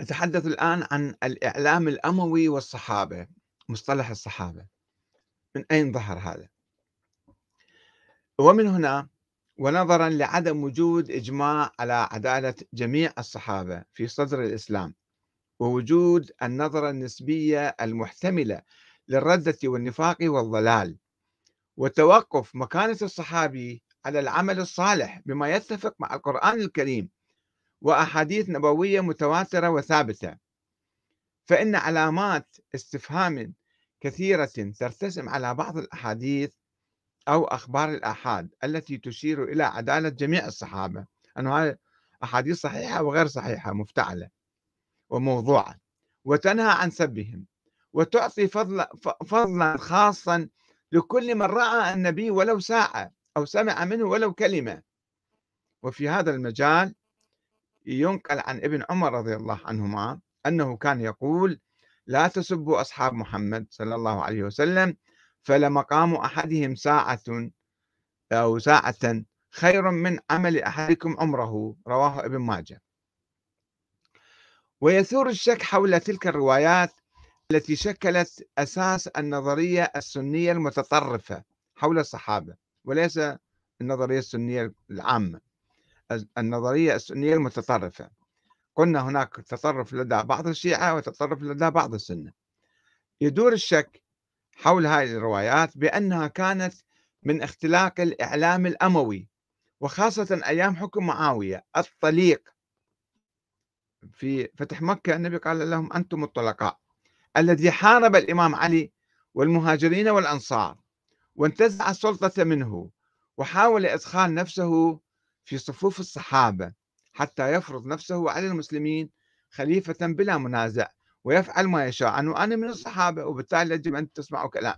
نتحدث الآن عن الإعلام الأموي والصحابة، مصطلح الصحابة، من أين ظهر هذا؟ ومن هنا ونظرا لعدم وجود إجماع على عدالة جميع الصحابة في صدر الإسلام، ووجود النظرة النسبية المحتملة للردة والنفاق والضلال، وتوقف مكانة الصحابي على العمل الصالح بما يتفق مع القرآن الكريم وأحاديث نبوية متواترة وثابتة، فإن علامات استفهام كثيرة ترتسم على بعض الأحاديث أو أخبار الآحاد التي تشير إلى عدالة جميع الصحابة، أنه هاي أحاديث صحيحة وغير صحيحة مفتعلة وموضوعة، وتنهى عن سبهم، وتعطي فضلا خاصا لكل من رأى النبي ولو ساعة أو سمع منه ولو كلمة. وفي هذا المجال ينقل عن ابن عمر رضي الله عنهما أنه كان يقول: لا تسبوا أصحاب محمد صلى الله عليه وسلم، فلمقام أحدهم ساعة أو ساعة خير من عمل أحدكم عمره، رواه ابن ماجه. ويثور الشك حول تلك الروايات التي شكلت أساس النظرية السنية المتطرفة حول الصحابة، وليس النظرية السنية العامة، النظرية السنية المتطرفة. قلنا هناك تطرف لدى بعض الشيعة وتطرف لدى بعض السنة. يدور الشك حول هذه الروايات بأنها كانت من اختلاق الإعلام الأموي، وخاصة أيام حكم معاوية الطليق في فتح مكة. النبي قال لهم: أنتم الطلقاء، الذي حارب الإمام علي والمهاجرين والأنصار وانتزع السلطة منه، وحاول إدخال نفسه في صفوف الصحابة حتى يفرض نفسه على المسلمين خليفة بلا منازع، ويفعل ما يشاء، أنه أنا من الصحابة وبالتالي يجب أن تسمعوا كلام.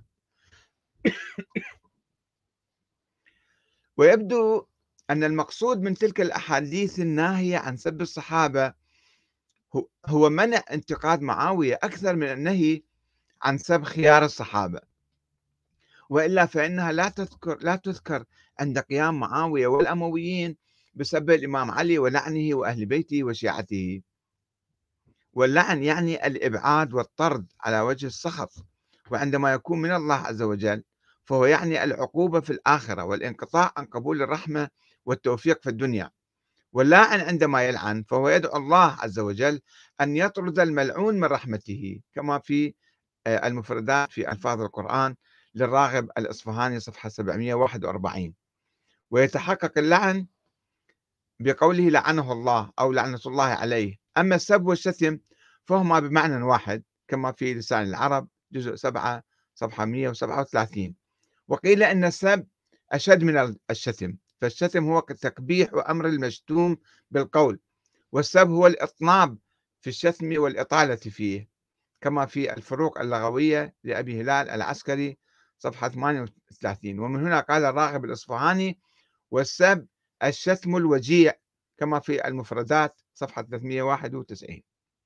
ويبدو أن المقصود من تلك الأحاديث الناهية عن سب الصحابة هو منع انتقاد معاوية أكثر من النهي عن سب خيار الصحابة، وإلا فإنها لا تذكر عند قيام معاوية والأمويين بسب الإمام علي ولعنه وأهل بيته وشيعته. واللعن يعني الإبعاد والطرد على وجه السخط، وعندما يكون من الله عز وجل فهو يعني العقوبة في الآخرة والانقطاع عن قبول الرحمة والتوفيق في الدنيا. واللاعن عندما يلعن فهو يدعو الله عز وجل أن يطرد الملعون من رحمته، كما في المفردات في ألفاظ القرآن للراغب الإصفهاني صفحة 741. ويتحقق اللعن بقوله لعنه الله أو لعنة الله عليه. أما السب والشتم فهما بمعنى واحد، كما في لسان العرب جزء 7 صفحة 137. وقيل إن السب أشد من الشتم، فالشتم هو تقبيح وأمر المشتوم بالقول، والسب هو الإطناب في الشتم والإطالة فيه، كما في الفروق اللغوية لأبي هلال العسكري صفحة 38. ومن هنا قال الراغب الإصفهاني: والسب الشتم الوجيع، كما في المفردات صفحة 391.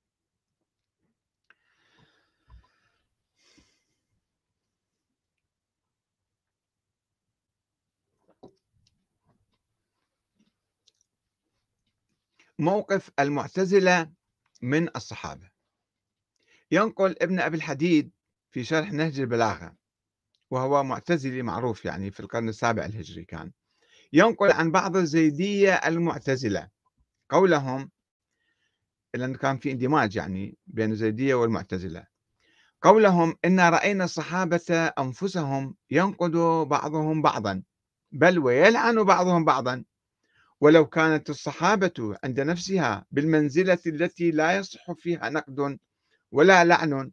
موقف المعتزلة من الصحابة. ينقل ابن أبي الحديد في شرح نهج البلاغة، وهو معتزلي معروف يعني في القرن السابع الهجري كان، ينقل عن بعض الزيدية المعتزلة قولهم، لأن كان في اندماج يعني بين الزيدية والمعتزلة، قولهم: إن رأينا الصحابة أنفسهم ينقد بعضهم بعضا، بل ويلعن بعضهم بعضا، ولو كانت الصحابة عند نفسها بالمنزلة التي لا يصح فيها نقد ولا لعن،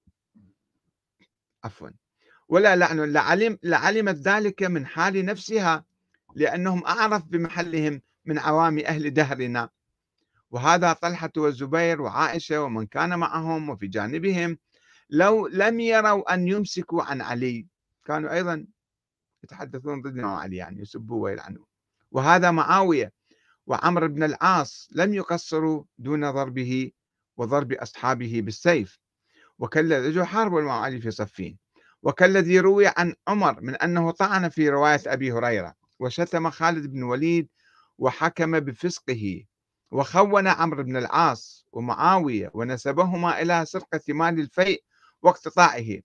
عفوا، ولا لعن، لعلمت ذلك من حال نفسها، لأنهم أعرف بمحلهم من عوام أهل دهرنا. وهذا طلحة والزبير وعائشة ومن كان معهم وفي جانبهم لو لم يروا أن يمسكوا عن علي كانوا أيضا يتحدثون ضد الإمام علي، يعني يسبوه ويلعنوه. وهذا معاوية وعمرو بن العاص لم يقصروا دون ضربه وضرب أصحابه بالسيف، وكالذي حاربوا الإمام علي في صفين، وكالذي روي عن عمر من أنه طعن في رواية أبي هريرة وشتم خالد بن الوليد وحكم بفسقه، وخون عمرو بن العاص ومعاوية ونسبهما إلى سرقة مال الفيء واقتطاعه،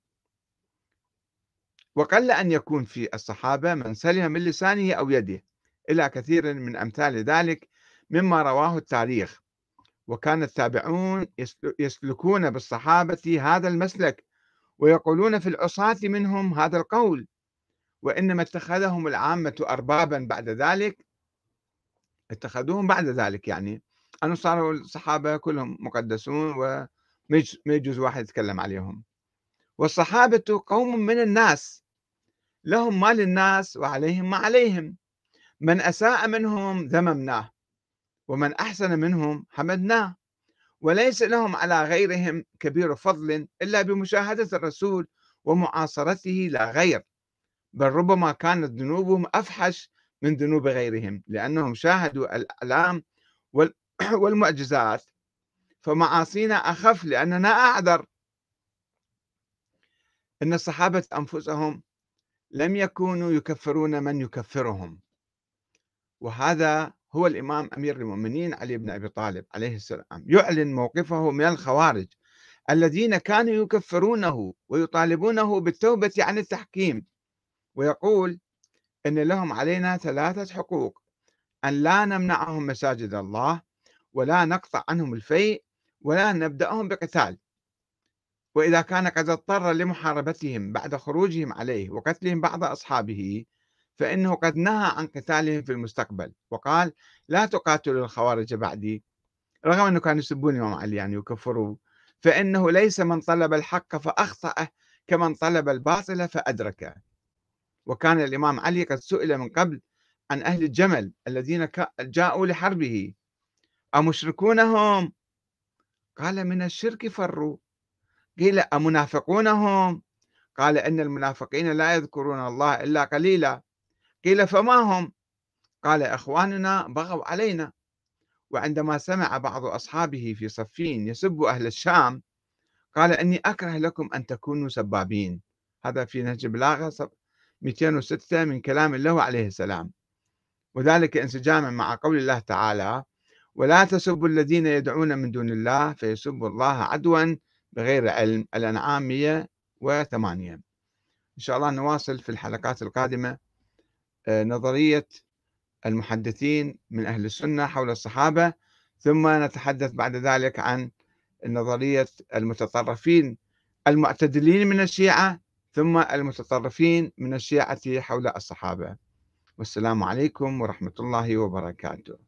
وقل أن يكون في الصحابة من سلم من لسانه أو يده، إلى كثير من أمثال ذلك مما رواه التاريخ. وكان التابعون يسلكون بالصحابة هذا المسلك، ويقولون في العصاة منهم هذا القول، وإنما اتخذهم العامة أربابا بعد ذلك، اتخذوهم بعد ذلك، يعني أنه صاروا الصحابة كلهم مقدسون وما يجوز واحد يتكلم عليهم. والصحابة قوم من الناس، لهم ما للناس وعليهم ما عليهم، من أساء منهم ذممناه، ومن أحسن منهم حمدناه، وليس لهم على غيرهم كبير فضل إلا بمشاهدة الرسول ومعاصرته لا غير، بل ربما كانت ذنوبهم أفحش من ذنوب غيرهم، لأنهم شاهدوا الآلام والمعجزات، فمعاصينا أخف لأننا أعذر. إن الصحابة أنفسهم لم يكونوا يكفرون من يكفرهم، وهذا هو الإمام أمير المؤمنين علي بن أبي طالب عليه السلام يعلن موقفه من الخوارج الذين كانوا يكفرونه ويطالبونه بالتوبة عن التحكيم، ويقول إن لهم علينا 3 حقوق: أن لا نمنعهم مساجد الله، ولا نقطع عنهم الفيء، ولا نبدأهم بقتال. وإذا كان قد اضطر لمحاربتهم بعد خروجهم عليه وقتلهم بعض أصحابه، فإنه قد نهى عن قتالهم في المستقبل، وقال: لا تقاتلوا الخوارج بعدي، رغم أنه كانوا يسبون الإمام علي يعني وكفروا، فإنه ليس من طلب الحق فأخطأه كمن طلب الباطل فأدركه. وكان الإمام علي قد سئل من قبل عن أهل الجمل الذين جاءوا لحربه: أمشركون هم؟ قال: من الشرك فروا. قيل: أمنافقون هم؟ قال: إن المنافقين لا يذكرون الله إلا قليلا. قيل: فما هم؟ قال: إخواننا بغوا علينا. وعندما سمع بعض أصحابه في صفين يسب أهل الشام، قال: إني أكره لكم أن تكونوا سبابين. هذا في نهج البلاغة 206 من كلام الله عليه السلام، وذلك انسجاما مع قول الله تعالى: ولا تسبوا الذين يدعون من دون الله فيسبوا الله عدوا بغير علم. الأنعام 108. إن شاء الله نواصل في الحلقات القادمة نظرية المحدثين من أهل السنة حول الصحابة، ثم نتحدث بعد ذلك عن نظرية المتطرفين المعتدلين من الشيعة، ثم المتطرفين من الشيعة حول الصحابة. والسلام عليكم ورحمة الله وبركاته.